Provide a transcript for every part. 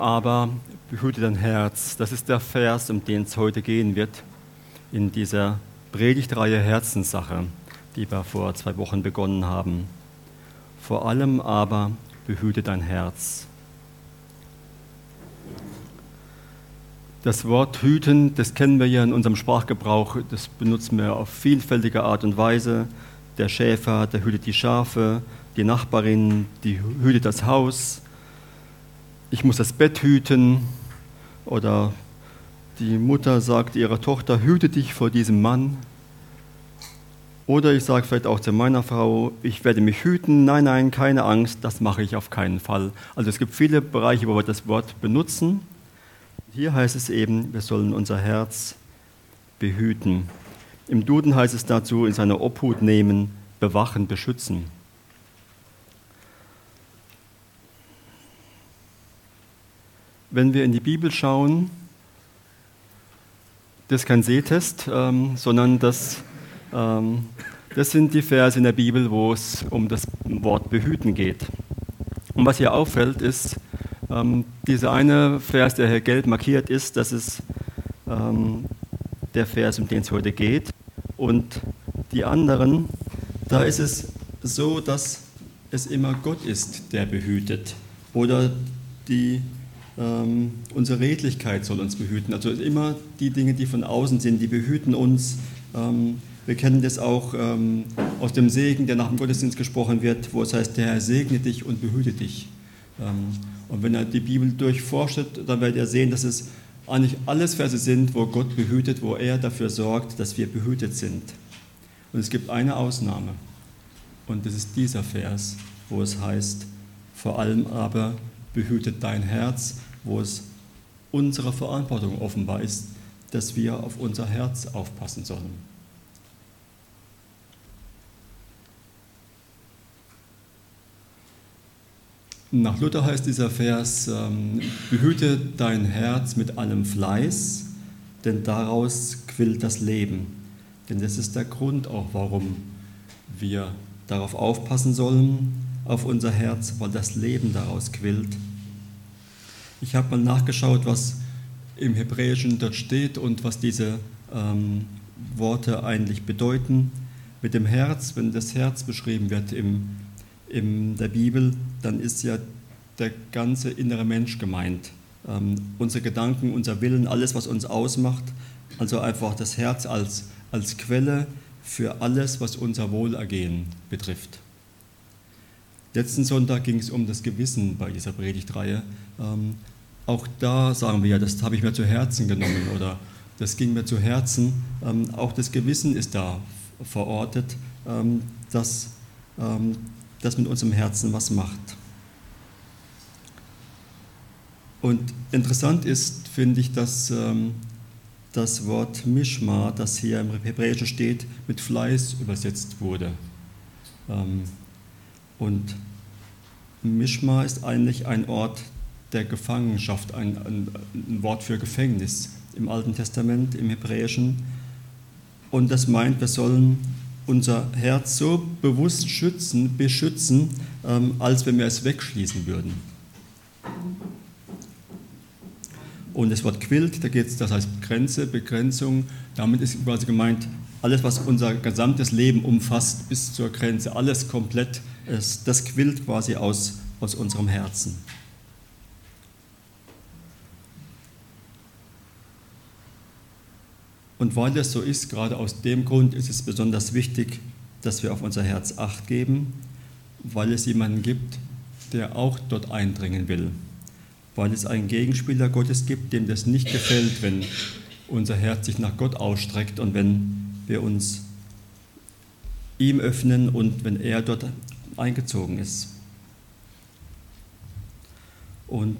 Aber behüte dein Herz. Das ist der Vers, um den es heute gehen wird, in dieser Predigtreihe Herzenssache, die wir vor 2 Wochen begonnen haben. Vor allem aber behüte dein Herz. Das Wort hüten, das kennen wir ja in unserem Sprachgebrauch, das benutzen wir auf vielfältige Art und Weise. Der Schäfer, der hütet die Schafe, die Nachbarin, die hütet das Haus. Ich muss das Bett hüten, oder die Mutter sagt ihrer Tochter, hüte dich vor diesem Mann. Oder ich sage vielleicht auch zu meiner Frau, ich werde mich hüten, nein, keine Angst, das mache ich auf keinen Fall. Also es gibt viele Bereiche, wo wir das Wort benutzen. Hier heißt es eben, wir sollen unser Herz behüten. Im Duden heißt es dazu, in seine Obhut nehmen, bewachen, beschützen. Wenn wir in die Bibel schauen, das ist kein Sehtest, sondern das sind die Verse in der Bibel, wo es um das Wort behüten geht. Und was hier auffällt, ist, dieser eine Vers, der hier gelb markiert ist, das ist der Vers, um den es heute geht. Und die anderen, da ist es so, dass es immer Gott ist, der behütet. Oder unsere Redlichkeit soll uns behüten. Also immer die Dinge, die von außen sind, die behüten uns. Wir kennen das auch aus dem Segen, der nach dem Gottesdienst gesprochen wird, wo es heißt, der Herr segne dich und behüte dich. Und wenn er die Bibel durchforscht, dann werdet ihr sehen, dass es eigentlich alles Verse sind, wo Gott behütet, wo er dafür sorgt, dass wir behütet sind. Und es gibt eine Ausnahme. Und das ist dieser Vers, wo es heißt, vor allem aber behütet dein Herz, wo es unsere Verantwortung offenbar ist, dass wir auf unser Herz aufpassen sollen. Nach Luther heißt dieser Vers, behüte dein Herz mit allem Fleiß, denn daraus quillt das Leben. Denn das ist der Grund auch, warum wir darauf aufpassen sollen, auf unser Herz, weil das Leben daraus quillt. Ich habe mal nachgeschaut, was im Hebräischen dort steht und was diese Worte eigentlich bedeuten. Mit dem Herz, wenn das Herz beschrieben wird in der Bibel, dann ist ja der ganze innere Mensch gemeint. Unsere Gedanken, unser Willen, alles, was uns ausmacht. Also einfach das Herz als Quelle für alles, was unser Wohlergehen betrifft. Letzten Sonntag ging es um das Gewissen bei dieser Predigtreihe. Auch da sagen wir ja, das habe ich mir zu Herzen genommen oder das ging mir zu Herzen. Auch das Gewissen ist da verortet, dass das mit unserem Herzen was macht. Und interessant ist, finde ich, dass das Wort Mishma, das hier im Hebräischen steht, mit Fleiß übersetzt wurde. Und Mishma ist eigentlich ein Ort der Gefangenschaft, ein Wort für Gefängnis im Alten Testament, im Hebräischen. Und das meint, wir sollen unser Herz so bewusst beschützen, als wenn wir es wegschließen würden. Und das Wort quillt, das heißt Grenze, Begrenzung, damit ist quasi gemeint, alles, was unser gesamtes Leben umfasst, bis zur Grenze, alles komplett, das quillt quasi aus unserem Herzen. Und weil das so ist, gerade aus dem Grund ist es besonders wichtig, dass wir auf unser Herz Acht geben, weil es jemanden gibt, der auch dort eindringen will. Weil es einen Gegenspieler Gottes gibt, dem das nicht gefällt, wenn unser Herz sich nach Gott ausstreckt und wenn wir uns ihm öffnen und wenn er dort eingezogen ist. Und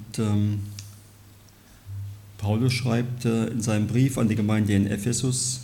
Paulus schreibt in seinem Brief an die Gemeinde in Ephesus,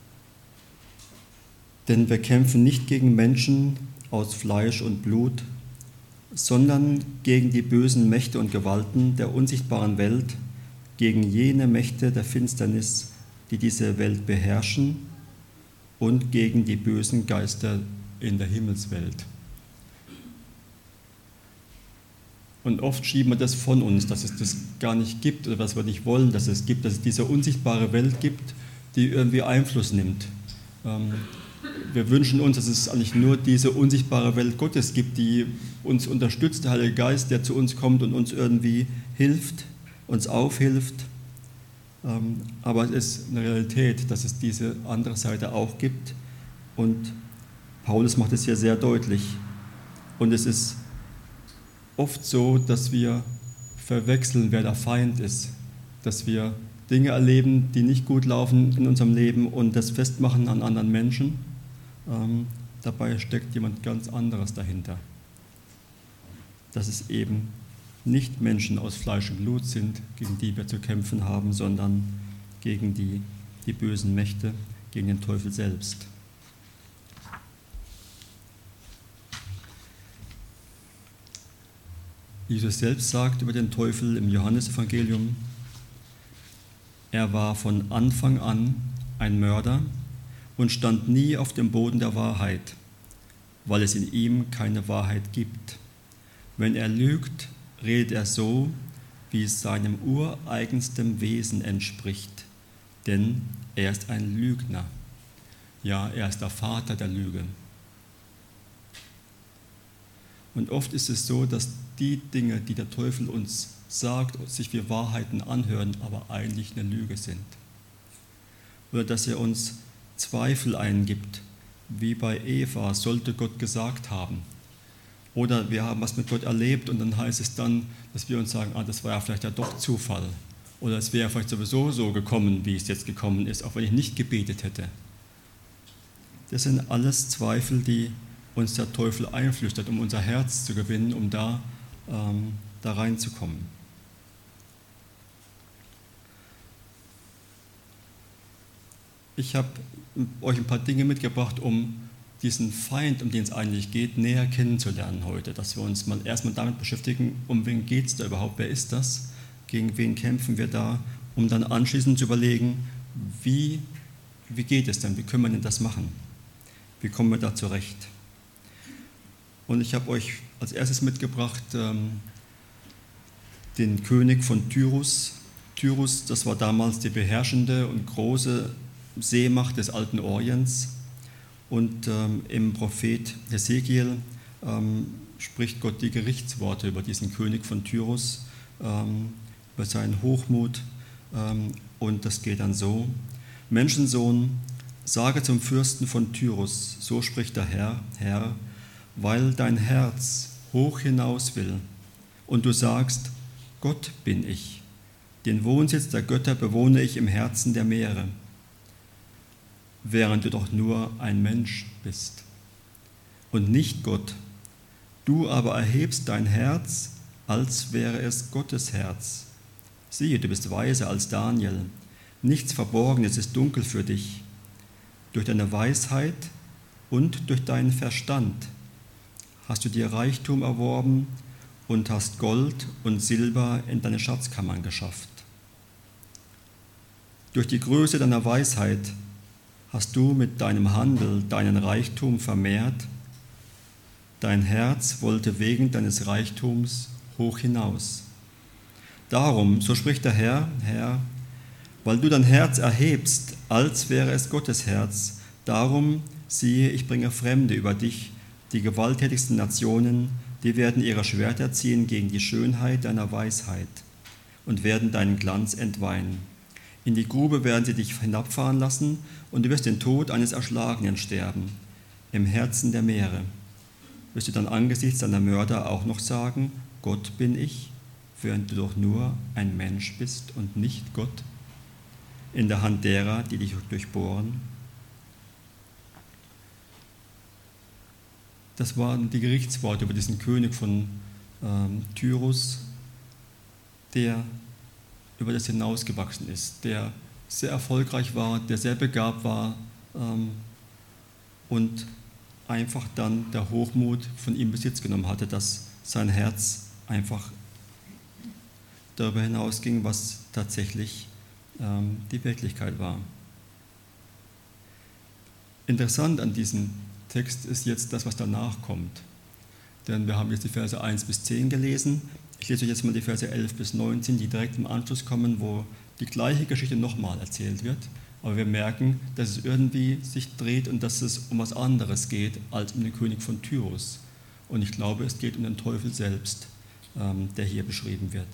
denn wir kämpfen nicht gegen Menschen aus Fleisch und Blut, sondern gegen die bösen Mächte und Gewalten der unsichtbaren Welt, gegen jene Mächte der Finsternis, die diese Welt beherrschen, und gegen die bösen Geister in der Himmelswelt. Und oft schieben wir das von uns, dass es das gar nicht gibt oder was wir nicht wollen, dass es gibt, dass es diese unsichtbare Welt gibt, die irgendwie Einfluss nimmt. Wir wünschen uns, dass es eigentlich nur diese unsichtbare Welt Gottes gibt, die uns unterstützt, der Heilige Geist, der zu uns kommt und uns irgendwie hilft, uns aufhilft. Aber es ist eine Realität, dass es diese andere Seite auch gibt. Und Paulus macht es hier sehr deutlich. Und es ist oft so, dass wir verwechseln, wer der Feind ist. Dass wir Dinge erleben, die nicht gut laufen in unserem Leben und das festmachen an anderen Menschen. Dabei steckt jemand ganz anderes dahinter. Dass es eben nicht Menschen aus Fleisch und Blut sind, gegen die wir zu kämpfen haben, sondern gegen die bösen Mächte, gegen den Teufel selbst. Jesus selbst sagt über den Teufel im Johannesevangelium, er war von Anfang an ein Mörder und stand nie auf dem Boden der Wahrheit, weil es in ihm keine Wahrheit gibt. Wenn er lügt, redet er so, wie es seinem ureigensten Wesen entspricht, denn er ist ein Lügner. Ja, er ist der Vater der Lüge. Und oft ist es so, dass die Dinge, die der Teufel uns sagt, sich wie Wahrheiten anhören, aber eigentlich eine Lüge sind. Oder dass er uns Zweifel eingibt, wie bei Eva, sollte Gott gesagt haben. Oder wir haben was mit Gott erlebt und dann heißt es dann, dass wir uns sagen, das war ja vielleicht ja doch Zufall. Oder es wäre vielleicht sowieso so gekommen, wie es jetzt gekommen ist, auch wenn ich nicht gebetet hätte. Das sind alles Zweifel, die uns der Teufel einflüstert, um unser Herz zu gewinnen, um da reinzukommen. Ich habe euch ein paar Dinge mitgebracht, um diesen Feind, um den es eigentlich geht, näher kennenzulernen heute. Dass wir uns erstmal damit beschäftigen, um wen geht es da überhaupt, wer ist das, gegen wen kämpfen wir da, um dann anschließend zu überlegen, wie geht es denn, wie können wir denn das machen, wie kommen wir da zurecht. Und ich habe euch als erstes mitgebracht den König von Tyrus. Tyrus, das war damals die beherrschende und große Seemacht des alten Orients. Und im Prophet Hesekiel spricht Gott die Gerichtsworte über diesen König von Tyrus, über seinen Hochmut. Und das geht dann so: Menschensohn, sage zum Fürsten von Tyrus, so spricht der Herr, weil dein Herz hoch hinaus will und du sagst, Gott bin ich, den Wohnsitz der Götter bewohne ich im Herzen der Meere, während du doch nur ein Mensch bist und nicht Gott. Du aber erhebst dein Herz, als wäre es Gottes Herz. Siehe, du bist weiser als Daniel, nichts Verborgenes ist dunkel für dich. Durch deine Weisheit und durch deinen Verstand hast du dir Reichtum erworben und hast Gold und Silber in deine Schatzkammern geschafft. Durch die Größe deiner Weisheit hast du mit deinem Handel deinen Reichtum vermehrt. Dein Herz wollte wegen deines Reichtums hoch hinaus. Darum, so spricht der Herr, weil du dein Herz erhebst, als wäre es Gottes Herz, darum, siehe, ich bringe Fremde über dich, die gewalttätigsten Nationen, die werden ihre Schwerter ziehen gegen die Schönheit deiner Weisheit und werden deinen Glanz entweihen. In die Grube werden sie dich hinabfahren lassen und du wirst den Tod eines Erschlagenen sterben, im Herzen der Meere. Wirst du dann angesichts deiner Mörder auch noch sagen, Gott bin ich, während du doch nur ein Mensch bist und nicht Gott, in der Hand derer, die dich durchbohren? Das waren die Gerichtsworte über diesen König von Tyrus, der über das hinausgewachsen ist, der sehr erfolgreich war, der sehr begabt war und einfach dann der Hochmut von ihm Besitz genommen hatte, dass sein Herz einfach darüber hinausging, was tatsächlich die Wirklichkeit war. Interessant an diesem Text ist jetzt das, was danach kommt. Denn wir haben jetzt die Verse 1 bis 10 gelesen. Ich lese euch jetzt mal die Verse 11 bis 19, die direkt im Anschluss kommen, wo die gleiche Geschichte nochmal erzählt wird. Aber wir merken, dass es irgendwie sich dreht und dass es um was anderes geht als um den König von Tyrus. Und ich glaube, es geht um den Teufel selbst, der hier beschrieben wird.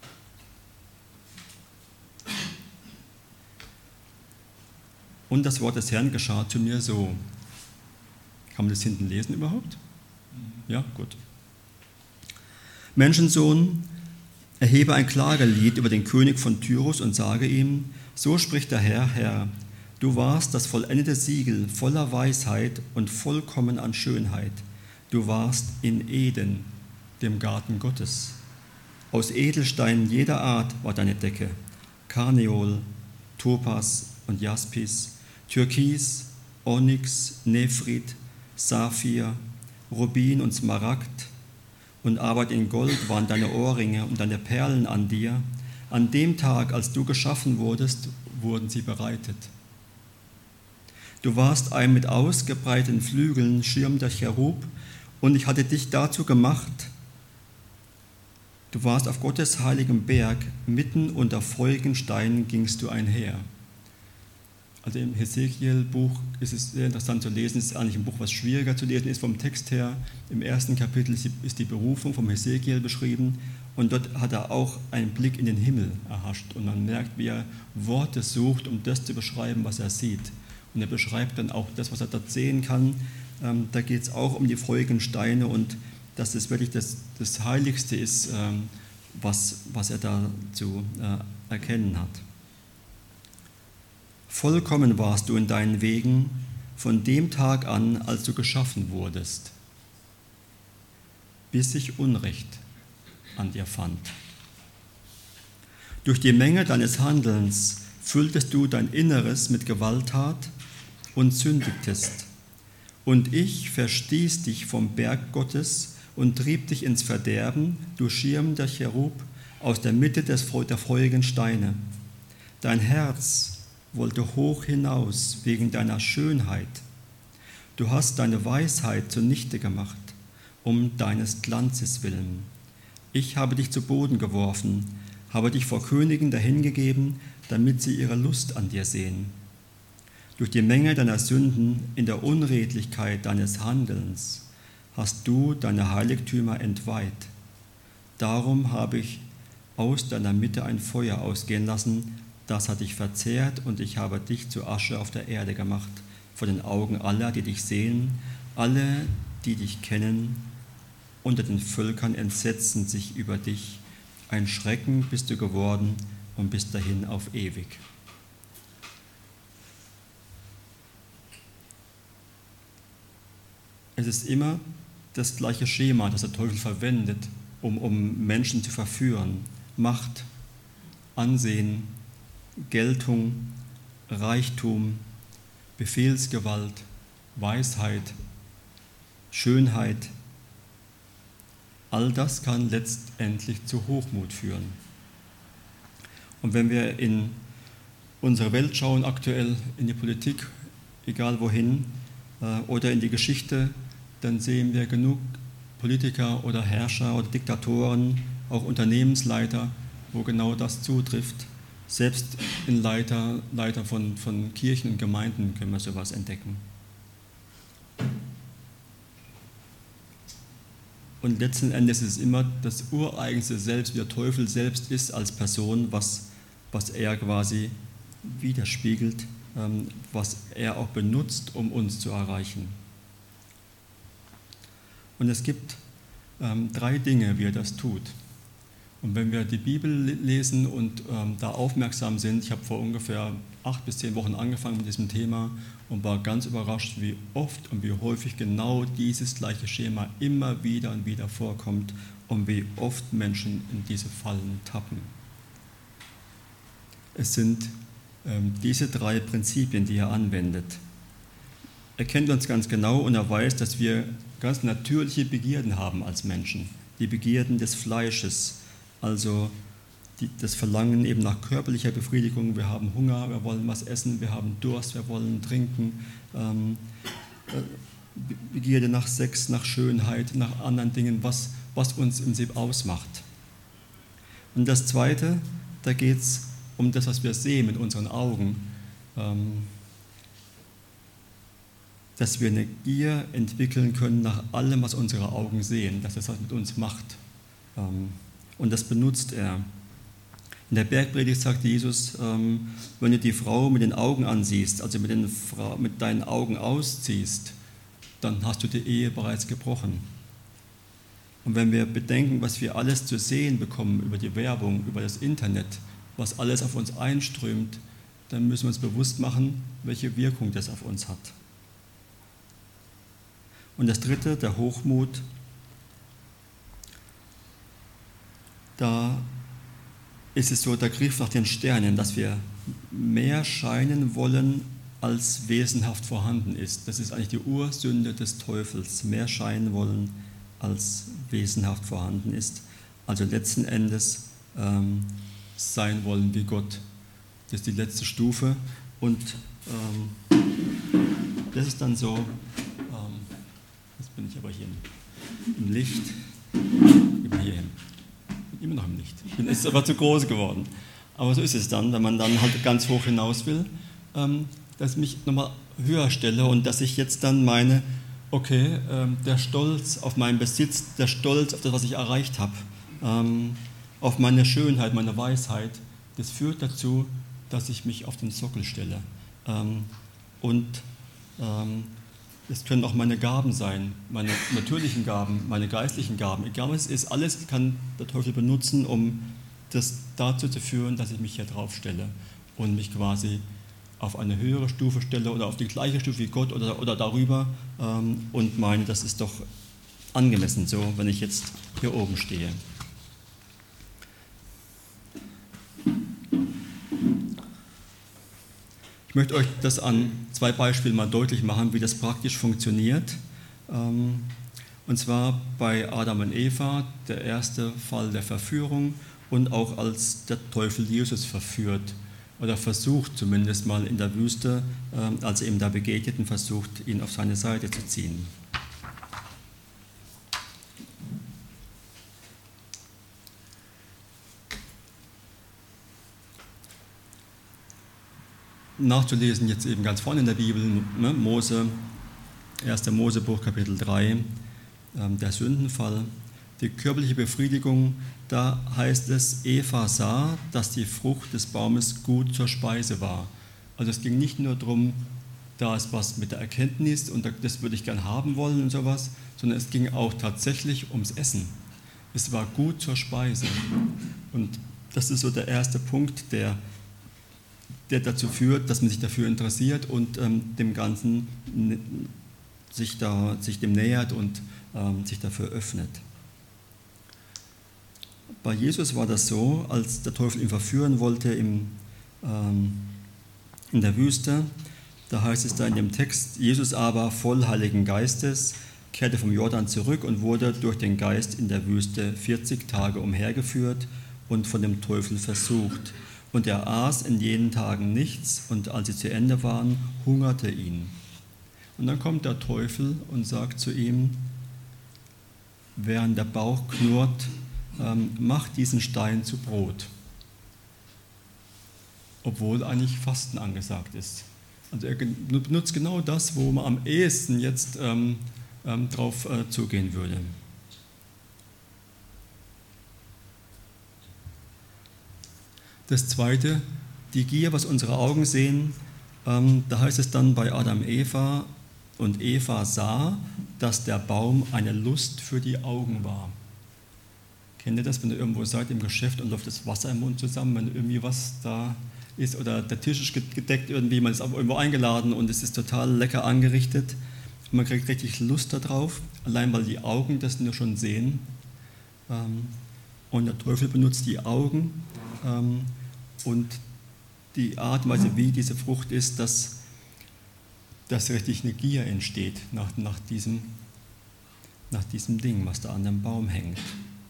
Und das Wort des Herrn geschah zu mir so. Kann man das hinten lesen überhaupt? Ja, gut. Menschensohn, erhebe ein Klagelied über den König von Tyrus und sage ihm, so spricht der Herr, Herr, du warst das vollendete Siegel voller Weisheit und vollkommen an Schönheit. Du warst in Eden, dem Garten Gottes. Aus Edelsteinen jeder Art war deine Decke, Karneol, Topas und Jaspis, Türkis, Onyx, Nephrit, Saphir, Rubin und Smaragd, und Arbeit in Gold waren deine Ohrringe und deine Perlen an dir. An dem Tag, als du geschaffen wurdest, wurden sie bereitet. Du warst ein mit ausgebreiteten Flügeln schirmender Cherub, und ich hatte dich dazu gemacht. Du warst auf Gottes heiligem Berg, mitten unter feurigen Steinen gingst du einher. Also im Hesekiel-Buch ist es sehr interessant zu lesen. Es ist eigentlich ein Buch, was schwieriger zu lesen ist vom Text her. Im ersten Kapitel ist die Berufung vom Hesekiel beschrieben und dort hat er auch einen Blick in den Himmel erhascht. Und man merkt, wie er Worte sucht, um das zu beschreiben, was er sieht. Und er beschreibt dann auch das, was er dort sehen kann. Da geht es auch um die feurigen Steine und dass es wirklich das Heiligste ist, was er da zu erkennen hat. Vollkommen warst du in deinen Wegen von dem Tag an, als du geschaffen wurdest, bis sich Unrecht an dir fand. Durch die Menge deines Handelns fülltest du dein Inneres mit Gewalttat und sündigtest. Und ich verstieß dich vom Berg Gottes und trieb dich ins Verderben, du schirmender Cherub, aus der Mitte der feurigen Steine. Dein Herz wollte hoch hinaus wegen deiner Schönheit. Du hast deine Weisheit zunichte gemacht, um deines Glanzes willen. Ich habe dich zu Boden geworfen, habe dich vor Königen dahingegeben, damit sie ihre Lust an dir sehen. Durch die Menge deiner Sünden in der Unredlichkeit deines Handelns hast du deine Heiligtümer entweiht. Darum habe ich aus deiner Mitte ein Feuer ausgehen lassen, das hat dich verzehrt und ich habe dich zu Asche auf der Erde gemacht, vor den Augen aller, die dich sehen, alle, die dich kennen. Unter den Völkern entsetzen sich über dich. Ein Schrecken bist du geworden und bis dahin auf ewig. Es ist immer das gleiche Schema, das der Teufel verwendet, um Menschen zu verführen. Macht, Ansehen, Geltung, Reichtum, Befehlsgewalt, Weisheit, Schönheit. All das kann letztendlich zu Hochmut führen. Und wenn wir in unsere Welt schauen, aktuell in die Politik, egal wohin, oder in die Geschichte, dann sehen wir genug Politiker oder Herrscher oder Diktatoren, auch Unternehmensleiter, wo genau das zutrifft. Selbst in Leiter von Kirchen und Gemeinden können wir sowas entdecken. Und letzten Endes ist es immer das ureigenste Selbst, wie der Teufel selbst ist als Person, was er quasi widerspiegelt, was er auch benutzt, um uns zu erreichen. Und es gibt 3 Dinge, wie er das tut. Und wenn wir die Bibel lesen und da aufmerksam sind, ich habe vor ungefähr 8 bis 10 Wochen angefangen mit diesem Thema und war ganz überrascht, wie oft und wie häufig genau dieses gleiche Schema immer wieder und wieder vorkommt und wie oft Menschen in diese Fallen tappen. Es sind diese 3 Prinzipien, die er anwendet. Er kennt uns ganz genau und er weiß, dass wir ganz natürliche Begierden haben als Menschen. Die Begierden des Fleisches, also das Verlangen eben nach körperlicher Befriedigung. Wir haben Hunger, wir wollen was essen, wir haben Durst, wir wollen trinken. Begierde nach Sex, nach Schönheit, nach anderen Dingen, was uns im Prinzip ausmacht. Und das Zweite, da geht es um das, was wir sehen mit unseren Augen, dass wir eine Gier entwickeln können nach allem, was unsere Augen sehen, dass das was mit uns macht. Und das benutzt er. In der Bergpredigt sagt Jesus, wenn du die Frau mit den Augen ansiehst, also mit deinen Augen ausziehst, dann hast du die Ehe bereits gebrochen. Und wenn wir bedenken, was wir alles zu sehen bekommen über die Werbung, über das Internet, was alles auf uns einströmt, dann müssen wir uns bewusst machen, welche Wirkung das auf uns hat. Und das Dritte, der Hochmut, da ist es so der Griff nach den Sternen, dass wir mehr scheinen wollen, als wesenhaft vorhanden ist. Das ist eigentlich die Ursünde des Teufels, mehr scheinen wollen, als wesenhaft vorhanden ist. Also letzten Endes sein wollen wie Gott. Das ist die letzte Stufe. Und das ist dann so, jetzt bin ich aber hier im Licht, ich bin hier hin. Immer noch im Licht. Es ist aber zu groß geworden. Aber so ist es dann, wenn man dann halt ganz hoch hinaus will, dass ich mich nochmal höher stelle und dass ich jetzt dann meine, okay, der Stolz auf meinen Besitz, der Stolz auf das, was ich erreicht habe, auf meine Schönheit, meine Weisheit, das führt dazu, dass ich mich auf den Sockel stelle. Es können auch meine Gaben sein, meine natürlichen Gaben, meine geistlichen Gaben. Egal was es ist, alles kann der Teufel benutzen, um das dazu zu führen, dass ich mich hier drauf stelle und mich quasi auf eine höhere Stufe stelle oder auf die gleiche Stufe wie Gott oder darüber und meine, das ist doch angemessen so, wenn ich jetzt hier oben stehe. Ich möchte euch das an 2 Beispielen mal deutlich machen, wie das praktisch funktioniert. Und zwar bei Adam und Eva, der erste Fall der Verführung und auch als der Teufel Jesus verführt oder versucht zumindest mal in der Wüste, als er ihm da begegnet, versucht, ihn auf seine Seite zu ziehen. Nachzulesen jetzt eben ganz vorne in der Bibel, ne? 1. Mosebuch, Kapitel 3, der Sündenfall, die körperliche Befriedigung, da heißt es, Eva sah, dass die Frucht des Baumes gut zur Speise war. Also es ging nicht nur darum, da ist was mit der Erkenntnis und das würde ich gern haben wollen und sowas, sondern es ging auch tatsächlich ums Essen. Es war gut zur Speise. Und das ist so der erste Punkt, der dazu führt, dass man sich dafür interessiert und dem Ganzen sich dem nähert und sich dafür öffnet. Bei Jesus war das so, als der Teufel ihn verführen wollte in der Wüste, da heißt es da in dem Text, Jesus aber voll Heiligen Geistes kehrte vom Jordan zurück und wurde durch den Geist in der Wüste 40 Tage umhergeführt und von dem Teufel versucht. Und er aß in jenen Tagen nichts, und als sie zu Ende waren, hungerte ihn. Und dann kommt der Teufel und sagt zu ihm, während der Bauch knurrt, mach diesen Stein zu Brot. Obwohl eigentlich Fasten angesagt ist. Also er benutzt genau das, wo man am ehesten jetzt drauf zugehen würde. Das Zweite, die Gier, was unsere Augen sehen, da heißt es dann bei Adam Eva, und Eva sah, dass der Baum eine Lust für die Augen war. Kennt ihr das, wenn ihr irgendwo seid im Geschäft und läuft das Wasser im Mund zusammen, wenn irgendwie was da ist oder der Tisch ist gedeckt irgendwie, man ist irgendwo eingeladen und es ist total lecker angerichtet und man kriegt richtig Lust darauf, allein weil die Augen das nur schon sehen. Und der Teufel benutzt die Augen und die Art und Weise, wie diese Frucht ist, dass richtig eine Gier entsteht nach diesem Ding, was da an dem Baum hängt.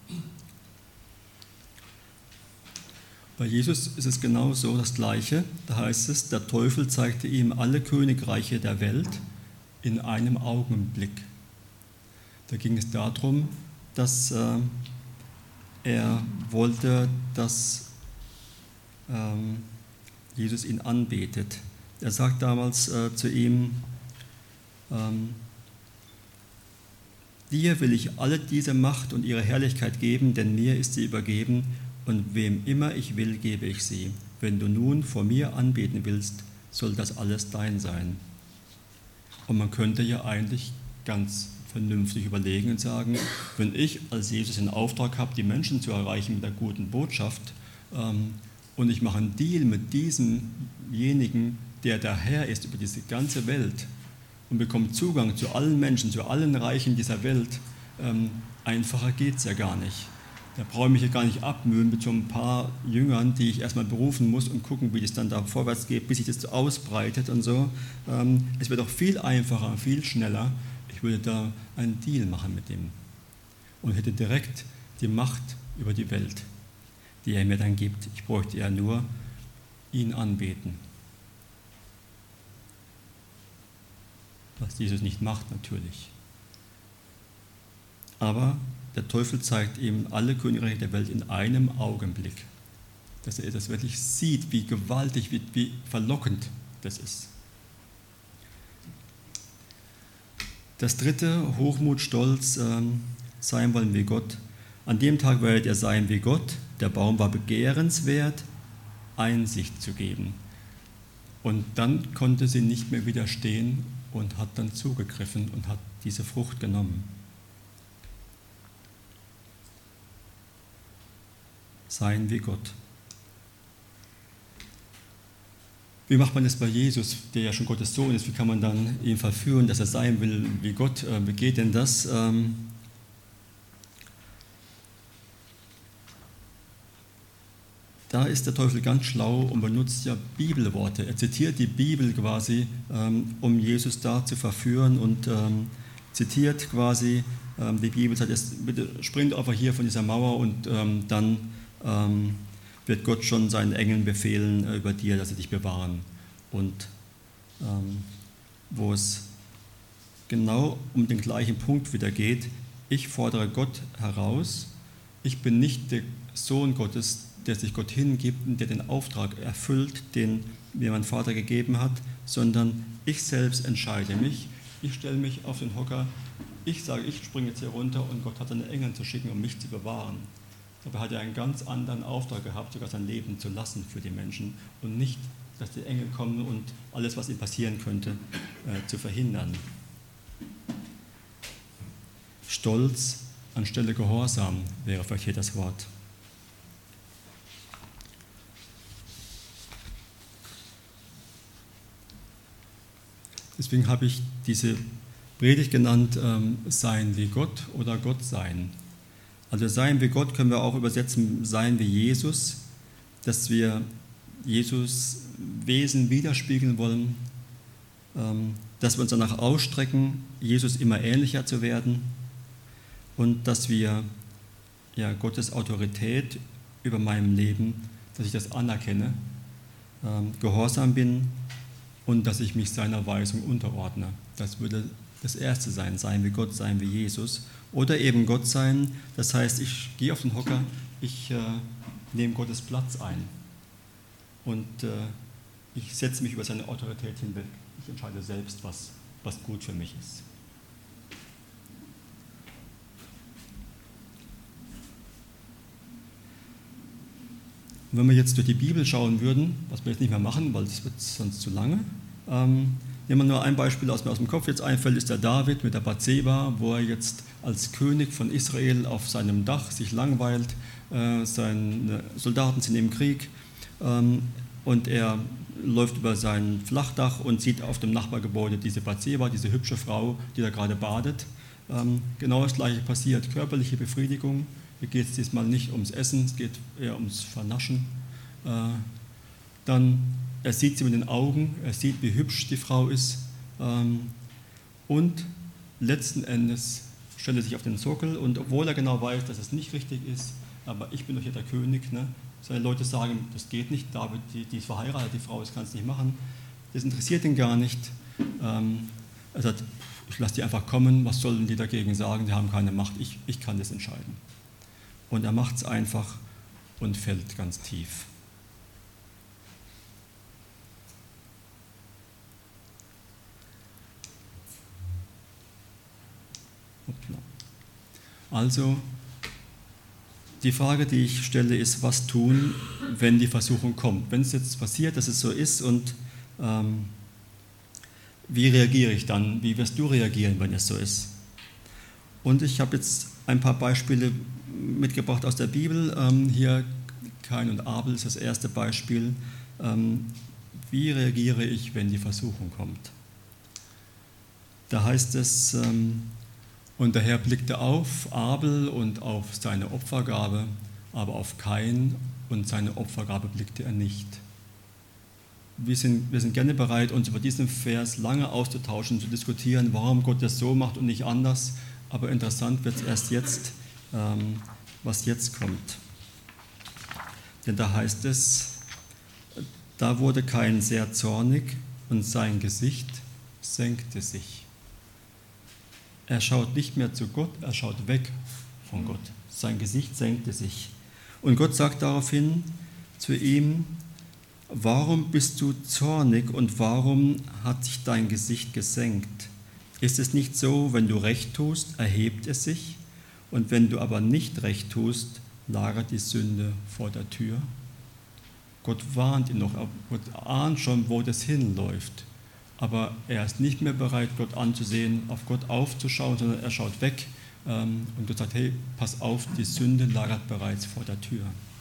Bei Jesus ist es genau so das Gleiche. Da heißt es, der Teufel zeigte ihm alle Königreiche der Welt in einem Augenblick. Da ging es darum, dass er wollte, dass Jesus ihn anbetet. Er sagt damals zu ihm, dir will ich alle diese Macht und ihre Herrlichkeit geben, denn mir ist sie übergeben und wem immer ich will, gebe ich sie. Wenn du nun vor mir anbeten willst, soll das alles dein sein. Und man könnte ja eigentlich ganz vernünftig überlegen und sagen, wenn ich als Jesus den Auftrag habe, die Menschen zu erreichen mit der guten Botschaft, und ich mache einen Deal mit diesemjenigen, der der Herr ist über diese ganze Welt und bekomme Zugang zu allen Menschen, zu allen Reichen dieser Welt, einfacher geht es ja gar nicht. Da brauche ich mich ja gar nicht abmühen mit so ein paar Jüngern, die ich erstmal berufen muss und gucken, wie das dann da vorwärts geht, bis sich das ausbreitet und so. Es wird auch viel einfacher, viel schneller. Ich würde da einen Deal machen mit dem und hätte direkt die Macht über die Welt, die er mir dann gibt. Ich bräuchte ja nur ihn anbeten. Was Jesus nicht macht, natürlich. Aber der Teufel zeigt ihm alle Königreiche der Welt in einem Augenblick. Dass er das wirklich sieht, wie gewaltig, wie verlockend das ist. Das dritte, Hochmut, Stolz, sein wollen wie Gott. An dem Tag werdet ihr sein wie Gott. Der Baum war begehrenswert, Einsicht zu geben. Und dann konnte sie nicht mehr widerstehen und hat dann zugegriffen und hat diese Frucht genommen. Sein wie Gott. Wie macht man das bei Jesus, der ja schon Gottes Sohn ist? Wie kann man dann ihn verführen, dass er sein will wie Gott? Wie geht denn das? Da ist der Teufel ganz schlau und benutzt ja Bibelworte. Er zitiert die Bibel quasi, um Jesus da zu verführen und zitiert quasi die Bibel. Sagt, bitte springt einfach hier von dieser Mauer und dann wird Gott schon seinen Engeln befehlen über dir, dass sie dich bewahren. Und wo es genau um den gleichen Punkt wieder geht, ich fordere Gott heraus, ich bin nicht der Sohn Gottes, der sich Gott hingibt und der den Auftrag erfüllt, den mir mein Vater gegeben hat, sondern ich selbst entscheide mich, ich stelle mich auf den Hocker, ich sage, ich springe jetzt hier runter und Gott hat seine Engel zu schicken, um mich zu bewahren. Aber er hat ja einen ganz anderen Auftrag gehabt, sogar sein Leben zu lassen für die Menschen und nicht, dass die Engel kommen und alles, was ihnen passieren könnte, zu verhindern. Stolz anstelle Gehorsam wäre vielleicht hier das Wort. Deswegen habe ich diese Predigt genannt, Sein wie Gott oder Gott sein. Also Sein wie Gott können wir auch übersetzen, Sein wie Jesus, dass wir Jesus Wesen widerspiegeln wollen, dass wir uns danach ausstrecken, Jesus immer ähnlicher zu werden und dass wir ja, Gottes Autorität über meinem Leben, dass ich das anerkenne, gehorsam bin und dass ich mich seiner Weisung unterordne. Das würde das Erste sein, sein wie Gott, sein wie Jesus. Oder eben Gott sein, das heißt, ich gehe auf den Hocker, ich nehme Gottes Platz ein und ich setze mich über seine Autorität hinweg. Ich entscheide selbst, was gut für mich ist. Und wenn wir jetzt durch die Bibel schauen würden, was wir jetzt nicht mehr machen, weil das wird sonst zu lange, nehmen wir nur ein Beispiel, das mir aus dem Kopf jetzt einfällt, ist der David mit der Bathseba, wo er jetzt als König von Israel auf seinem Dach sich langweilt, seine Soldaten sind im Krieg und er läuft über sein Flachdach und sieht auf dem Nachbargebäude diese Bathseba, diese hübsche Frau, die da gerade badet. Genau das Gleiche passiert, körperliche Befriedigung. Hier geht es diesmal nicht ums Essen, es geht eher ums Vernaschen. Dann, er sieht sie mit den Augen, er sieht, wie hübsch die Frau ist. Und letzten Endes stellt er sich auf den Sockel und obwohl er genau weiß, dass es nicht richtig ist, aber ich bin doch hier der König, ne? Seine Leute sagen, das geht nicht, David, die ist verheiratet, die Frau, das kann es nicht machen. Das interessiert ihn gar nicht. Er sagt, ich lasse die einfach kommen, was sollen die dagegen sagen, die haben keine Macht, ich kann das entscheiden. Und er macht es einfach und fällt ganz tief. Also, die Frage, die ich stelle, ist, was tun, wenn die Versuchung kommt? Wenn es jetzt passiert, dass es so ist, und wie reagiere ich dann? Wie wirst du reagieren, wenn es so ist? Und ich habe jetzt ein paar Beispiele mitgebracht aus der Bibel. Hier Kain und Abel ist das erste Beispiel. Wie reagiere ich, wenn die Versuchung kommt? Da heißt es, und der Herr blickte auf Abel und auf seine Opfergabe, aber auf Kain und seine Opfergabe blickte er nicht. Wir sind gerne bereit, uns über diesen Vers lange auszutauschen, zu diskutieren, warum Gott das so macht und nicht anders. Aber interessant wird es erst jetzt, was jetzt kommt. Denn da heißt es, da wurde Kain sehr zornig und sein Gesicht senkte sich. Er schaut nicht mehr zu Gott, er schaut weg von Gott. Sein Gesicht senkte sich. Und Gott sagt daraufhin zu ihm, warum bist du zornig und warum hat sich dein Gesicht gesenkt? Ist es nicht so, wenn du recht tust, erhebt es sich, und wenn du aber nicht recht tust, lagert die Sünde vor der Tür? Gott warnt ihn noch, Gott ahnt schon, wo das hinläuft. Aber er ist nicht mehr bereit, Gott anzusehen, auf Gott aufzuschauen, sondern er schaut weg und Gott sagt, hey, pass auf, die Sünde lagert bereits vor der Tür.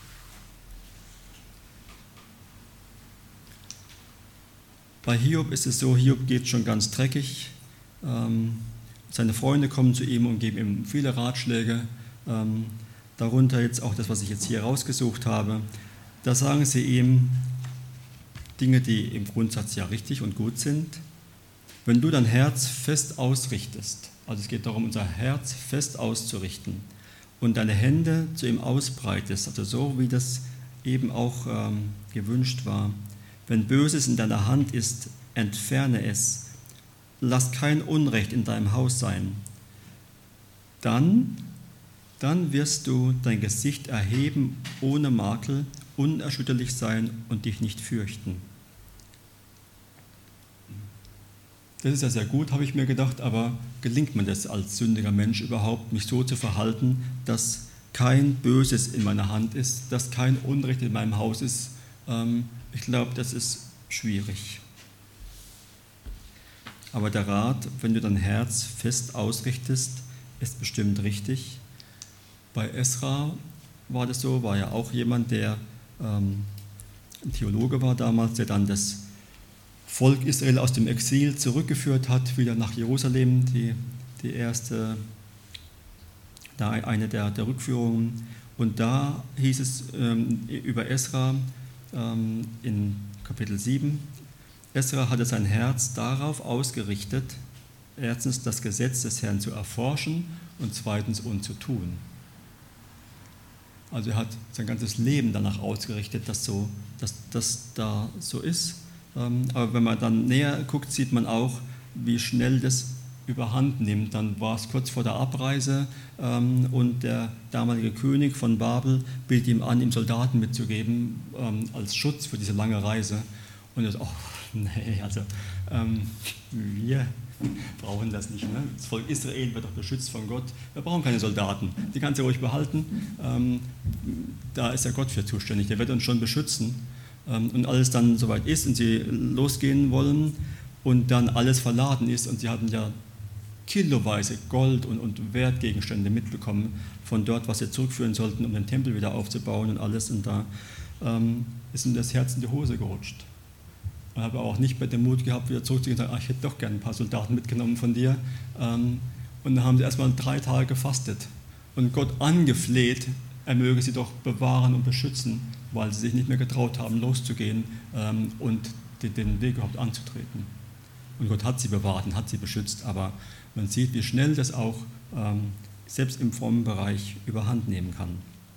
Bei Hiob ist es so, Hiob geht schon ganz dreckig. Seine Freunde kommen zu ihm und geben ihm viele Ratschläge, darunter jetzt auch das, was ich jetzt hier rausgesucht habe. Da sagen sie ihm Dinge, die im Grundsatz ja richtig und gut sind. Wenn du dein Herz fest ausrichtest, also es geht darum, unser Herz fest auszurichten und deine Hände zu ihm ausbreitest, also so wie das eben auch gewünscht war. Wenn Böses in deiner Hand ist, entferne es. Lass kein Unrecht in deinem Haus sein. Dann wirst du dein Gesicht erheben ohne Makel, unerschütterlich sein und dich nicht fürchten. Das ist ja sehr gut, habe ich mir gedacht, aber gelingt mir das als sündiger Mensch überhaupt, mich so zu verhalten, dass kein Böses in meiner Hand ist, dass kein Unrecht in meinem Haus ist? Ich glaube, das ist schwierig. Aber der Rat, wenn du dein Herz fest ausrichtest, ist bestimmt richtig. Bei Esra war das so, war ja auch jemand, der ein Theologe war damals, der dann das Volk Israel aus dem Exil zurückgeführt hat, wieder nach Jerusalem, die erste, eine der Rückführungen. Und da hieß es über Esra in Kapitel 7, Esra hatte sein Herz darauf ausgerichtet, erstens das Gesetz des Herrn zu erforschen und zweitens zu tun. Also er hat sein ganzes Leben danach ausgerichtet, dass das da so ist. Aber wenn man dann näher guckt, sieht man auch, wie schnell das überhand nimmt. Dann war es kurz vor der Abreise und der damalige König von Babel bietet ihm an, ihm Soldaten mitzugeben als Schutz für diese lange Reise. Und er sagt, oh nee, also wir brauchen das nicht. Ne? Das Volk Israel wird doch beschützt von Gott. Wir brauchen keine Soldaten. Die kannst du ruhig behalten. Da ist ja Gott für zuständig. Der wird uns schon beschützen. Und alles dann soweit ist und sie losgehen wollen und dann alles verladen ist und sie hatten ja kiloweise Gold und Wertgegenstände mitbekommen von dort, was sie zurückführen sollten, um den Tempel wieder aufzubauen und alles. Und da ist ihm das Herz in die Hose gerutscht. Und habe auch nicht mehr den Mut gehabt, wieder zurückzugehen und sagen, ich hätte doch gerne ein paar Soldaten mitgenommen von dir. Und dann haben sie erstmal 3 Tage gefastet und Gott angefleht, er möge sie doch bewahren und beschützen, weil sie sich nicht mehr getraut haben, loszugehen und den Weg überhaupt anzutreten. Und Gott hat sie bewahrt und hat sie beschützt, aber man sieht, wie schnell das auch selbst im frommen Bereich überhand nehmen kann.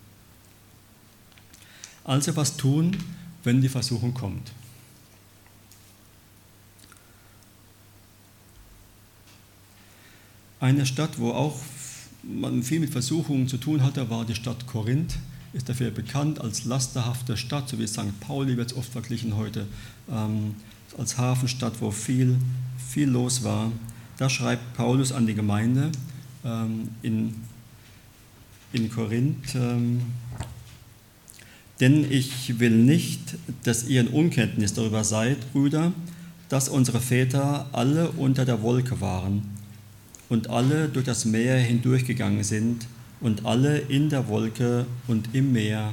Also was tun, wenn die Versuchung kommt? Eine Stadt, wo auch man viel mit Versuchungen zu tun hatte, war die Stadt Korinth. ist dafür bekannt als lasterhafte Stadt, so wie St. Pauli wird es oft verglichen heute, als Hafenstadt, wo viel los war. Da schreibt Paulus an die Gemeinde in Korinth, denn ich will nicht, dass ihr in Unkenntnis darüber seid, Brüder, dass unsere Väter alle unter der Wolke waren und alle durch das Meer hindurchgegangen sind und alle in der Wolke und im Meer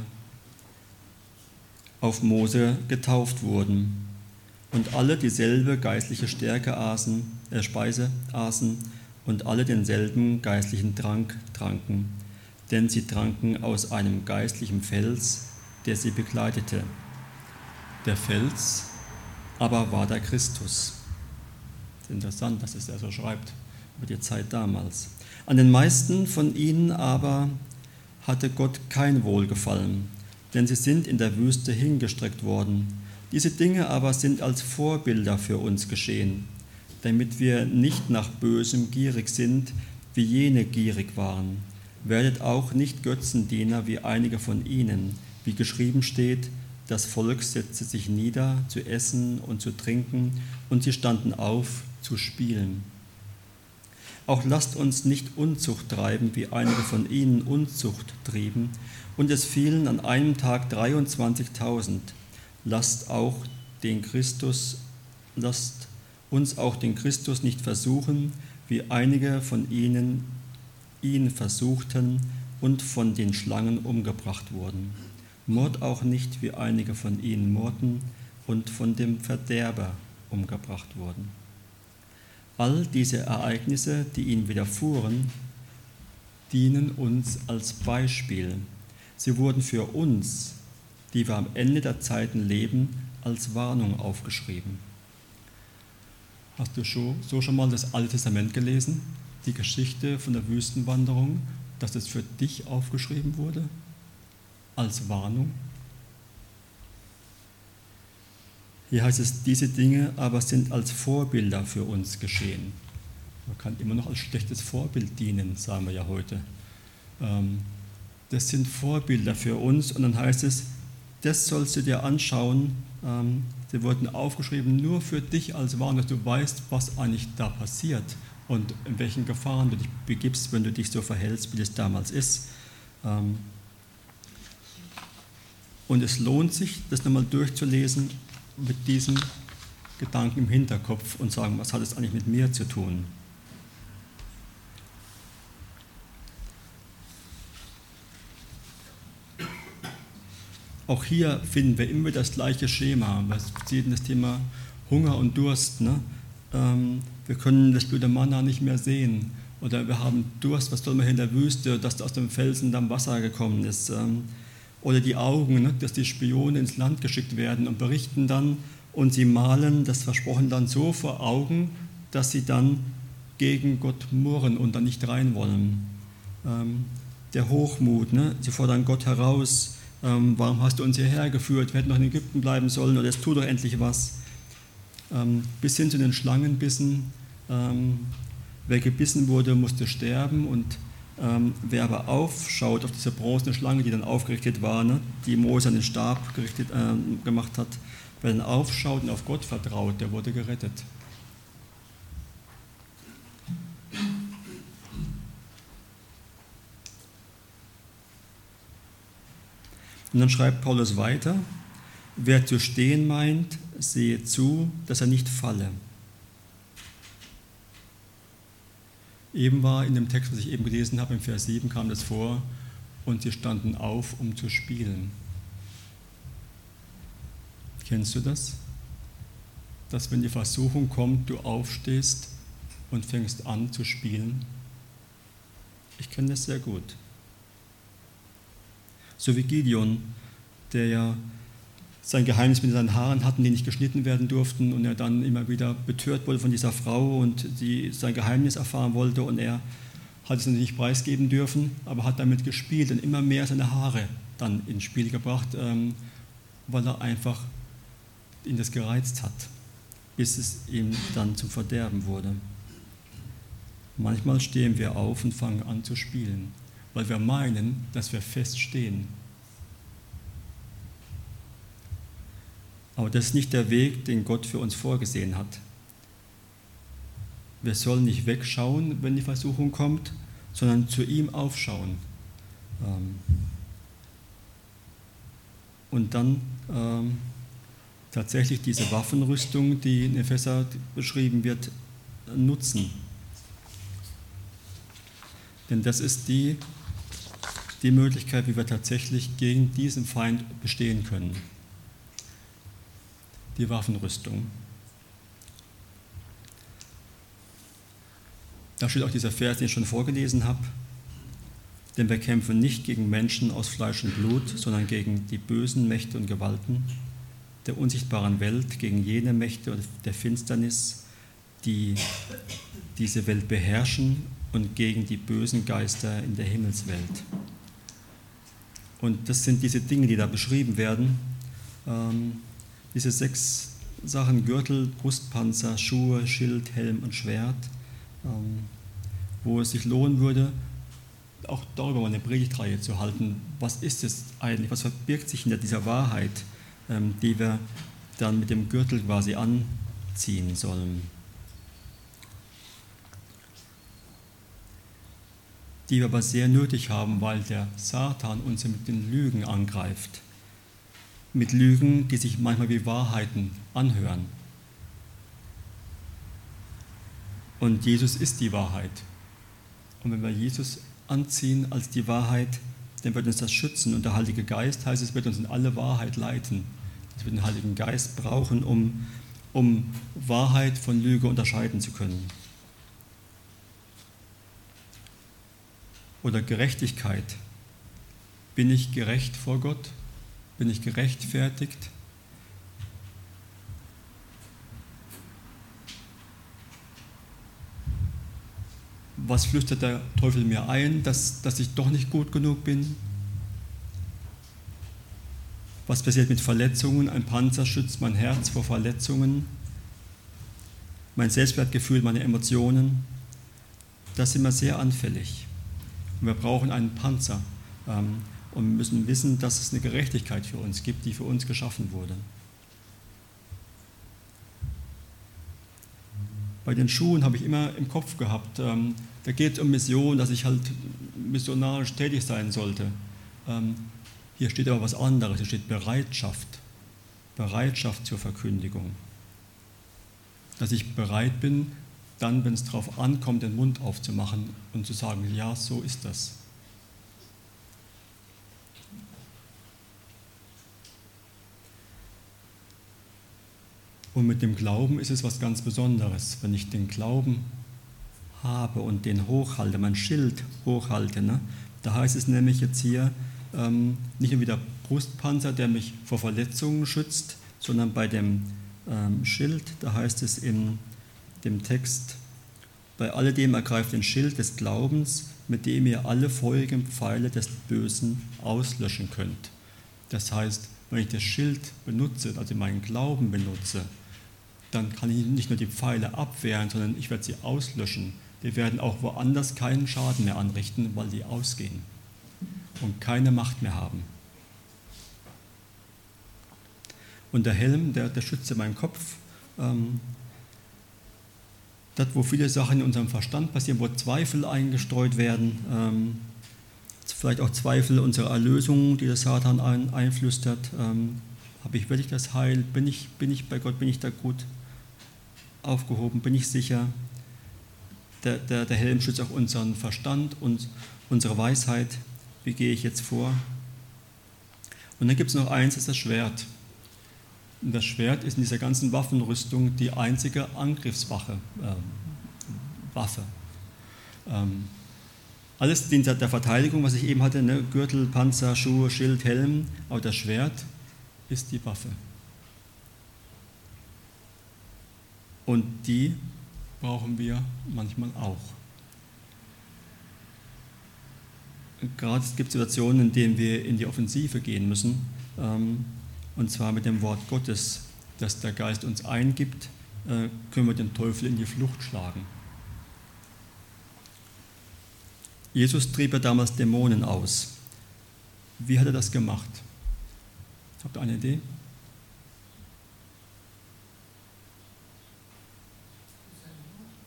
auf Mose getauft wurden und alle dieselbe geistliche Speise aßen und alle denselben geistlichen Trank tranken, denn sie tranken aus einem geistlichen Fels, der sie begleitete. Der Fels aber war der Christus. Das ist interessant, dass es er so schreibt über die Zeit damals. An den meisten von ihnen aber hatte Gott kein Wohlgefallen, denn sie sind in der Wüste hingestreckt worden. Diese Dinge aber sind als Vorbilder für uns geschehen, damit wir nicht nach Bösem gierig sind, wie jene gierig waren. Werdet auch nicht Götzendiener wie einige von ihnen, wie geschrieben steht, das Volk setzte sich nieder, zu essen und zu trinken, und sie standen auf, zu spielen. Auch lasst uns nicht Unzucht treiben, wie einige von ihnen Unzucht trieben, und es fielen an einem Tag 23.000. Lasst uns auch den Christus nicht versuchen, wie einige von ihnen ihn versuchten und von den Schlangen umgebracht wurden. Mord auch nicht, wie einige von ihnen morden und von dem Verderber umgebracht wurden. All diese Ereignisse, die ihnen widerfuhren, dienen uns als Beispiel. Sie wurden für uns, die wir am Ende der Zeiten leben, als Warnung aufgeschrieben. Hast du schon mal das Alte Testament gelesen? Die Geschichte von der Wüstenwanderung, dass es für dich aufgeschrieben wurde? Als Warnung. Hier heißt es, diese Dinge aber sind als Vorbilder für uns geschehen. Man kann immer noch als schlechtes Vorbild dienen, sagen wir ja heute. Das sind Vorbilder für uns und dann heißt es, das sollst du dir anschauen. Sie wurden aufgeschrieben nur für dich als Warnung, dass du weißt, was eigentlich da passiert und in welchen Gefahren du dich begibst, wenn du dich so verhältst, wie es damals ist. Und es lohnt sich, das nochmal durchzulesen mit diesem Gedanken im Hinterkopf und sagen, was hat es eigentlich mit mir zu tun? Auch hier finden wir immer das gleiche Schema. Wir sehen das Thema Hunger und Durst. Ne? Wir können das Blut der Manna nicht mehr sehen. Oder wir haben Durst, was soll man in der Wüste, dass aus dem Felsen dann Wasser gekommen ist. Oder die Augen, ne? Dass die Spione ins Land geschickt werden und berichten dann und sie malen das Versprochene dann so vor Augen, dass sie dann gegen Gott murren und dann nicht rein wollen. Der Hochmut, ne? Sie fordern Gott heraus. Warum hast du uns hierher geführt? Wir hätten noch in Ägypten bleiben sollen oder jetzt tu doch endlich was. Bis hin zu den Schlangenbissen. Wer gebissen wurde, musste sterben und wer aber aufschaut auf diese bronzene Schlange, die dann aufgerichtet war, ne, die Mose an den Stab gemacht hat, wer dann aufschaut und auf Gott vertraut, der wurde gerettet. Und dann schreibt Paulus weiter, wer zu stehen meint, sehe zu, dass er nicht falle. Eben war in dem Text, was ich eben gelesen habe, im Vers 7 kam das vor, und sie standen auf, um zu spielen. Kennst du das? Dass wenn die Versuchung kommt, du aufstehst und fängst an zu spielen? Ich kenne das sehr gut. So wie Gideon, der ja sein Geheimnis mit seinen Haaren hatten, die nicht geschnitten werden durften und er dann immer wieder betört wurde von dieser Frau und die sein Geheimnis erfahren wollte und er hat es nicht preisgeben dürfen, aber hat damit gespielt und immer mehr seine Haare dann ins Spiel gebracht, weil er einfach ihn das gereizt hat, bis es ihm dann zum Verderben wurde. Manchmal stehen wir auf und fangen an zu spielen, weil wir meinen, dass wir feststehen. Aber das ist nicht der Weg, den Gott für uns vorgesehen hat. Wir sollen nicht wegschauen, wenn die Versuchung kommt, sondern zu ihm aufschauen. Und dann tatsächlich diese Waffenrüstung, die in Epheser beschrieben wird, nutzen. Denn das ist die Möglichkeit, wie wir tatsächlich gegen diesen Feind bestehen können. Die Waffenrüstung. Da steht auch dieser Vers, den ich schon vorgelesen habe. Denn wir kämpfen nicht gegen Menschen aus Fleisch und Blut, sondern gegen die bösen Mächte und Gewalten der unsichtbaren Welt, gegen jene Mächte der Finsternis, die diese Welt beherrschen, und gegen die bösen Geister in der Himmelswelt. Und das sind diese Dinge, die da beschrieben werden. Diese 6 Sachen: Gürtel, Brustpanzer, Schuhe, Schild, Helm und Schwert, wo es sich lohnen würde, auch darüber mal eine Predigtreihe zu halten. Was ist es eigentlich? Was verbirgt sich hinter dieser Wahrheit, die wir dann mit dem Gürtel quasi anziehen sollen? Die wir aber sehr nötig haben, weil der Satan uns mit den Lügen angreift. Mit Lügen, die sich manchmal wie Wahrheiten anhören. Und Jesus ist die Wahrheit. Und wenn wir Jesus anziehen als die Wahrheit, dann wird uns das schützen. Und der Heilige Geist, heißt es, wird uns in alle Wahrheit leiten. Dass wir den Heiligen Geist brauchen, um Wahrheit von Lüge unterscheiden zu können. Oder Gerechtigkeit. Bin ich gerecht vor Gott? Bin ich gerechtfertigt? Was flüstert der Teufel mir ein, dass ich doch nicht gut genug bin? Was passiert mit Verletzungen? Ein Panzer schützt mein Herz vor Verletzungen. Mein Selbstwertgefühl, meine Emotionen, das sind wir sehr anfällig. Und wir brauchen einen Panzer und müssen wissen, dass es eine Gerechtigkeit für uns gibt, die für uns geschaffen wurde. Bei den Schuhen habe ich immer im Kopf gehabt, da geht es um Mission, dass ich halt missionarisch tätig sein sollte. Hier steht aber was anderes, hier steht Bereitschaft. Bereitschaft zur Verkündigung. Dass ich bereit bin, dann, wenn es darauf ankommt, den Mund aufzumachen und zu sagen, ja, so ist das. Und mit dem Glauben ist es was ganz Besonderes. Wenn ich den Glauben habe und den hochhalte, mein Schild hochhalte, ne? Da heißt es nämlich jetzt hier, nicht nur wie der Brustpanzer, der mich vor Verletzungen schützt, sondern bei dem Schild, da heißt es in dem Text: Bei alledem ergreift den Schild des Glaubens, mit dem ihr alle feurigen Pfeile des Bösen auslöschen könnt. Das heißt, wenn ich das Schild benutze, also meinen Glauben benutze, dann kann ich nicht nur die Pfeile abwehren, sondern ich werde sie auslöschen. Die werden auch woanders keinen Schaden mehr anrichten, weil die ausgehen und keine Macht mehr haben. Und der Helm, der schützt meinen Kopf. Dort, wo viele Sachen in unserem Verstand passieren, wo Zweifel eingestreut werden, vielleicht auch Zweifel unserer Erlösung, die der Satan einflüstert. Habe ich wirklich das Heil? Bin ich bei Gott? Bin ich da gut aufgehoben? Bin ich sicher? Der Helm schützt auch unseren Verstand und unsere Weisheit. Wie gehe ich jetzt vor? Und dann gibt es noch eins, das ist das Schwert. Und das Schwert ist in dieser ganzen Waffenrüstung die einzige Angriffswaffe. Alles dient der Verteidigung, was ich eben hatte, ne? Gürtel, Panzer, Schuhe, Schild, Helm, aber das Schwert ist die Waffe. Und die brauchen wir manchmal auch. Gerade es gibt Situationen, in denen wir in die Offensive gehen müssen, und zwar mit dem Wort Gottes, das der Geist uns eingibt, können wir den Teufel in die Flucht schlagen. Jesus trieb ja damals Dämonen aus. Wie hat er das gemacht? Habt ihr eine Idee?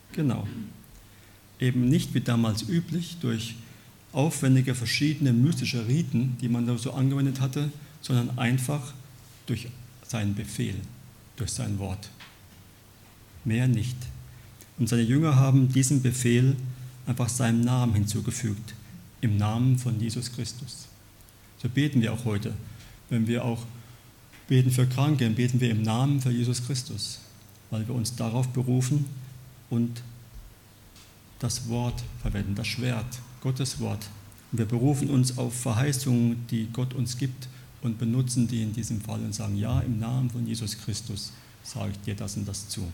Genau. Eben nicht wie damals üblich durch aufwendige verschiedene mystische Riten, die man da so angewendet hatte, sondern einfach durch seinen Befehl, durch sein Wort. Mehr nicht. Und seine Jünger haben diesem Befehl einfach seinem Namen hinzugefügt, im Namen von Jesus Christus. So beten wir auch heute. Wenn wir auch beten für Kranke, beten wir im Namen für Jesus Christus, weil wir uns darauf berufen und das Wort verwenden, das Schwert, Gottes Wort. Und wir berufen uns auf Verheißungen, die Gott uns gibt und benutzen die in diesem Fall und sagen, ja, im Namen von Jesus Christus sage ich dir das und das zu.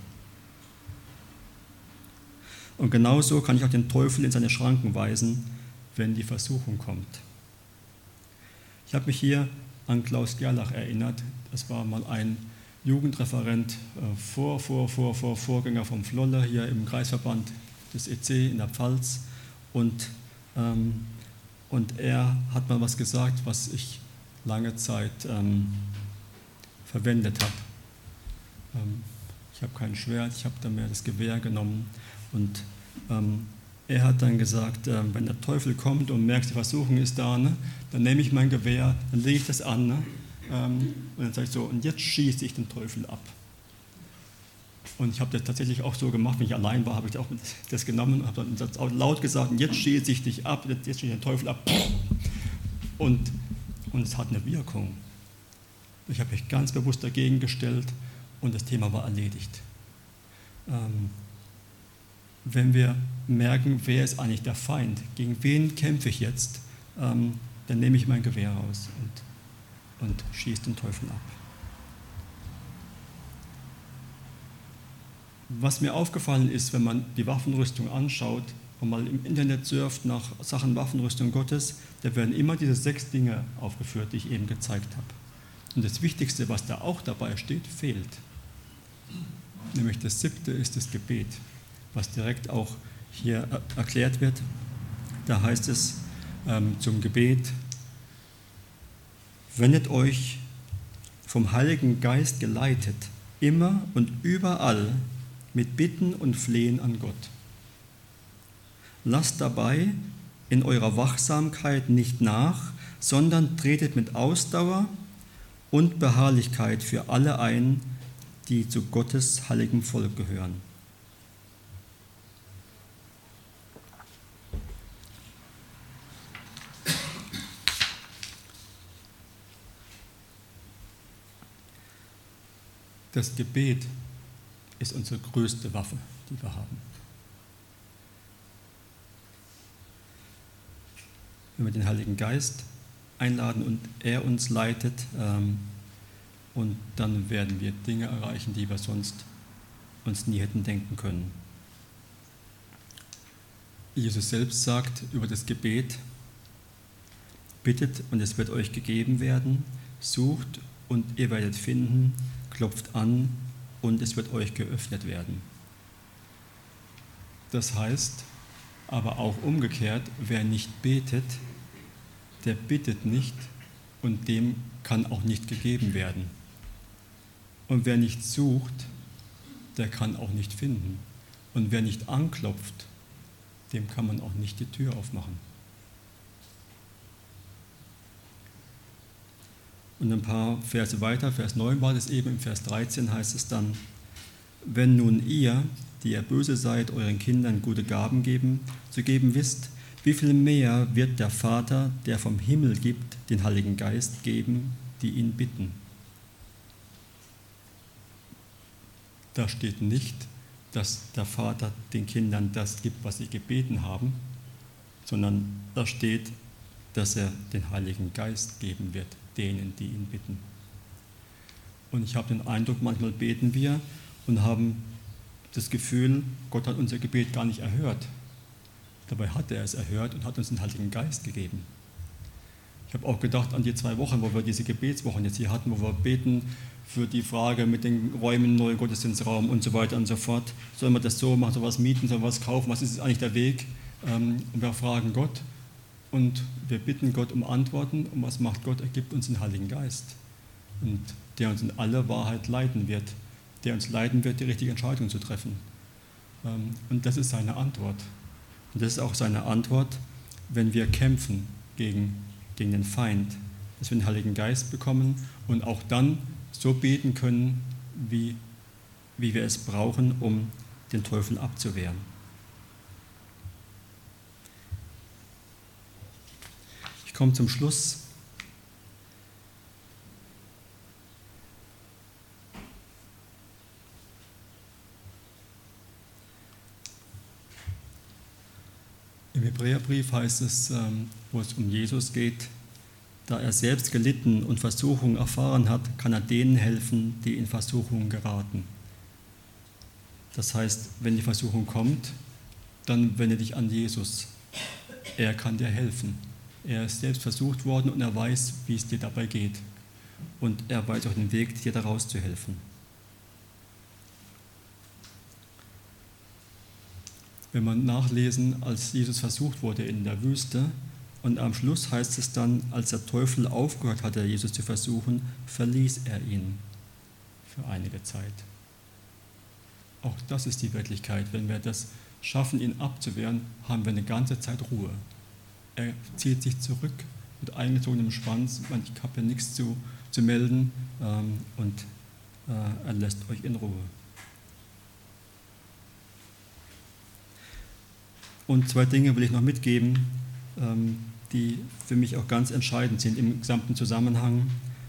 Und genauso kann ich auch den Teufel in seine Schranken weisen, wenn die Versuchung kommt. Ich habe mich hier an Klaus Gerlach erinnert. Das war mal ein Jugendreferent, Vorgänger vom Flolle hier im Kreisverband des EC in der Pfalz. Und er hat mal was gesagt, was ich lange Zeit verwendet habe. Ich habe kein Schwert, ich habe dann mehr das Gewehr genommen. Und er hat dann gesagt, wenn der Teufel kommt und merkt, die Versuchung ist da, ne, dann nehme ich mein Gewehr, dann lege ich das an. Ne, und dann sage ich so, und jetzt schieße ich den Teufel ab. Und ich habe das tatsächlich auch so gemacht, wenn ich allein war, habe ich auch das genommen und habe dann das auch laut gesagt, und jetzt schieße ich dich ab, jetzt schieße ich den Teufel ab. Und es hat eine Wirkung. Ich habe mich ganz bewusst dagegen gestellt und das Thema war erledigt. Wenn wir merken, wer ist eigentlich der Feind, gegen wen kämpfe ich jetzt, dann nehme ich mein Gewehr raus und schieße den Teufel ab. Was mir aufgefallen ist, wenn man die Waffenrüstung anschaut und mal im Internet surft nach Sachen Waffenrüstung Gottes, da werden immer diese 6 Dinge aufgeführt, die ich eben gezeigt habe. Und das Wichtigste, was da auch dabei steht, fehlt. Nämlich das 7. ist das Gebet, was direkt auch hier erklärt wird. Da heißt es zum Gebet, wendet euch vom Heiligen Geist geleitet, immer und überall mit Bitten und Flehen an Gott. Lasst dabei in eurer Wachsamkeit nicht nach, sondern tretet mit Ausdauer und Beharrlichkeit für alle ein, die zu Gottes heiligem Volk gehören. Das Gebet ist unsere größte Waffe, die wir haben. Wenn wir den Heiligen Geist einladen und er uns leitet, und dann werden wir Dinge erreichen, die wir sonst uns nie hätten denken können. Jesus selbst sagt über das Gebet, bittet und es wird euch gegeben werden, sucht und ihr werdet finden, klopft an und es wird euch geöffnet werden. Das heißt aber auch umgekehrt, wer nicht betet, der bittet nicht und dem kann auch nicht gegeben werden. Und wer nicht sucht, der kann auch nicht finden. Und wer nicht anklopft, dem kann man auch nicht die Tür aufmachen. Und ein paar Verse weiter, Vers 9 war das eben, im Vers 13 heißt es dann, wenn nun ihr, die ihr böse seid, euren Kindern gute Gaben zu geben wisst, wie viel mehr wird der Vater, der vom Himmel gibt, den Heiligen Geist geben, die ihn bitten. Da steht nicht, dass der Vater den Kindern das gibt, was sie gebeten haben, sondern da steht, dass er den Heiligen Geist geben wird, denen, die ihn bitten. Und ich habe den Eindruck, manchmal beten wir und haben das Gefühl, Gott hat unser Gebet gar nicht erhört. Dabei hat er es erhört und hat uns den Heiligen Geist gegeben. Ich habe auch gedacht an die 2 Wochen, wo wir diese Gebetswochen jetzt hier hatten, wo wir beten für die Frage mit den Räumen im neuen Gottesdienstraum und so weiter und so fort. Sollen wir das so machen, sollen wir was mieten, sollen wir was kaufen, was ist eigentlich der Weg? Und wir fragen Gott und wir bitten Gott um Antworten. Und was macht Gott? Er gibt uns den Heiligen Geist, und der uns in alle Wahrheit leiten wird, der uns leiten wird, die richtige Entscheidung zu treffen. Und das ist seine Antwort. Und das ist auch seine Antwort, wenn wir kämpfen gegen den Feind, dass wir den Heiligen Geist bekommen und auch dann so beten können, wie wir es brauchen, um den Teufel abzuwehren. Ich komme zum Schluss. Im Hebräerbrief heißt es, wo es um Jesus geht, da er selbst gelitten und Versuchung erfahren hat, kann er denen helfen, die in Versuchung geraten. Das heißt, wenn die Versuchung kommt, dann wende dich an Jesus. Er kann dir helfen. Er ist selbst versucht worden und er weiß, wie es dir dabei geht. Und er weiß auch den Weg, dir daraus zu helfen. Wenn wir nachlesen, als Jesus versucht wurde in der Wüste, und am Schluss heißt es dann, als der Teufel aufgehört hatte, Jesus zu versuchen, verließ er ihn für einige Zeit. Auch das ist die Wirklichkeit. Wenn wir das schaffen, ihn abzuwehren, haben wir eine ganze Zeit Ruhe. Er zieht sich zurück mit eingezogenem Schwanz, ich habe ja nichts zu melden, und er lässt euch in Ruhe. Und 2 Dinge will ich noch mitgeben, die für mich auch ganz entscheidend sind im gesamten Zusammenhang,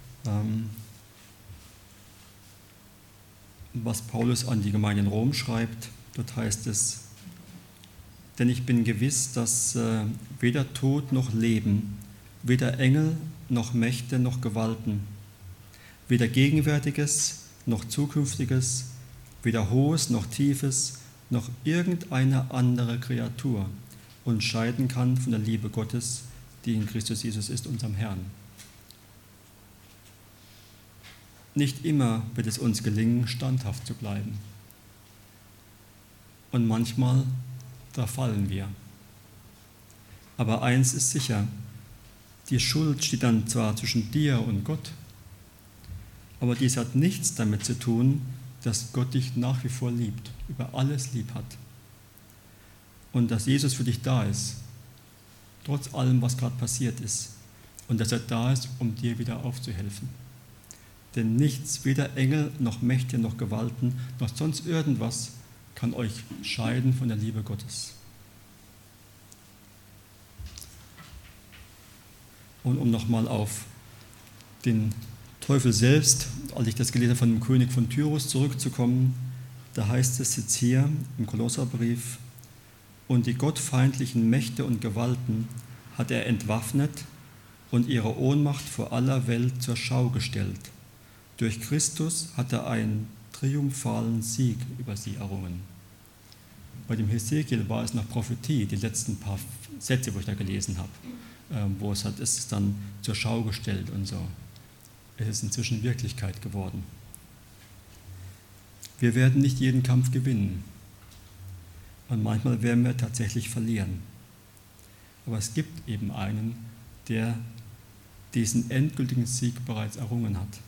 was Paulus an die Gemeinde in Rom schreibt. Dort heißt es, denn ich bin gewiss, dass weder Tod noch Leben, weder Engel noch Mächte noch Gewalten, weder Gegenwärtiges noch Zukünftiges, weder Hohes noch Tiefes, noch irgendeine andere Kreatur uns scheiden kann von der Liebe Gottes, die in Christus Jesus ist, unserem Herrn. Nicht immer wird es uns gelingen, standhaft zu bleiben. Und manchmal, da fallen wir. Aber eins ist sicher, die Schuld steht dann zwar zwischen dir und Gott, aber dies hat nichts damit zu tun, dass Gott dich nach wie vor liebt, über alles lieb hat. Und dass Jesus für dich da ist, trotz allem, was gerade passiert ist. Und dass er da ist, um dir wieder aufzuhelfen. Denn nichts, weder Engel, noch Mächte, noch Gewalten, noch sonst irgendwas, kann euch scheiden von der Liebe Gottes. Und um nochmal auf den Teufel selbst, als ich das gelesen habe, von dem König von Tyrus zurückzukommen, da heißt es jetzt hier im Kolosserbrief, und die gottfeindlichen Mächte und Gewalten hat er entwaffnet und ihre Ohnmacht vor aller Welt zur Schau gestellt. Durch Christus hat er einen triumphalen Sieg über sie errungen. Bei dem Hesekiel war es noch Prophetie, die letzten paar Sätze, wo ich da gelesen habe, wo es hat, ist es dann zur Schau gestellt und so. Es ist inzwischen Wirklichkeit geworden. Wir werden nicht jeden Kampf gewinnen. Und manchmal werden wir tatsächlich verlieren. Aber es gibt eben einen, der diesen endgültigen Sieg bereits errungen hat.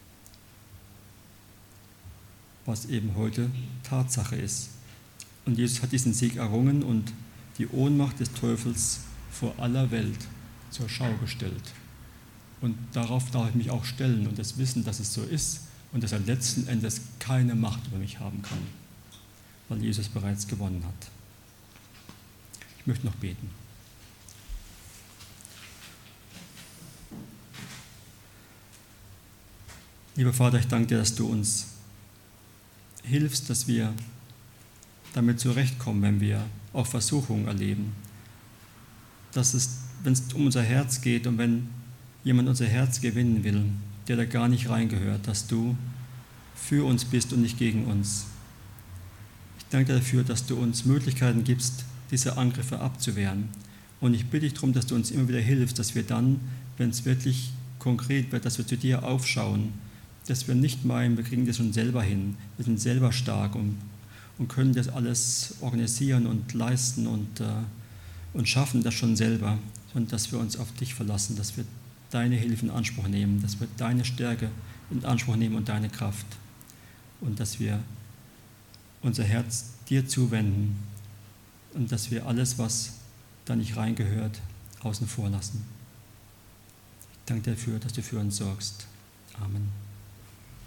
Was eben heute Tatsache ist. Und Jesus hat diesen Sieg errungen und die Ohnmacht des Teufels vor aller Welt zur Schau gestellt. Und darauf darf ich mich auch stellen und das Wissen, dass es so ist und dass er letzten Endes keine Macht über mich haben kann, weil Jesus bereits gewonnen hat. Ich möchte noch beten. Lieber Vater, ich danke dir, dass du uns hilfst, dass wir damit zurechtkommen, wenn wir auch Versuchungen erleben. Dass es, wenn es um unser Herz geht und wenn jemand unser Herz gewinnen will, der da gar nicht reingehört, dass du für uns bist und nicht gegen uns. Ich danke dir dafür, dass du uns Möglichkeiten gibst, diese Angriffe abzuwehren. Und ich bitte dich darum, dass du uns immer wieder hilfst, dass wir dann, wenn es wirklich konkret wird, dass wir zu dir aufschauen, dass wir nicht meinen, wir kriegen das schon selber hin, wir sind selber stark und können das alles organisieren und leisten und schaffen das schon selber, sondern dass wir uns auf dich verlassen, dass wir deine Hilfe in Anspruch nehmen, dass wir deine Stärke in Anspruch nehmen und deine Kraft und dass wir unser Herz dir zuwenden und dass wir alles, was da nicht reingehört, außen vor lassen. Ich danke dir dafür, dass du für uns sorgst. Amen.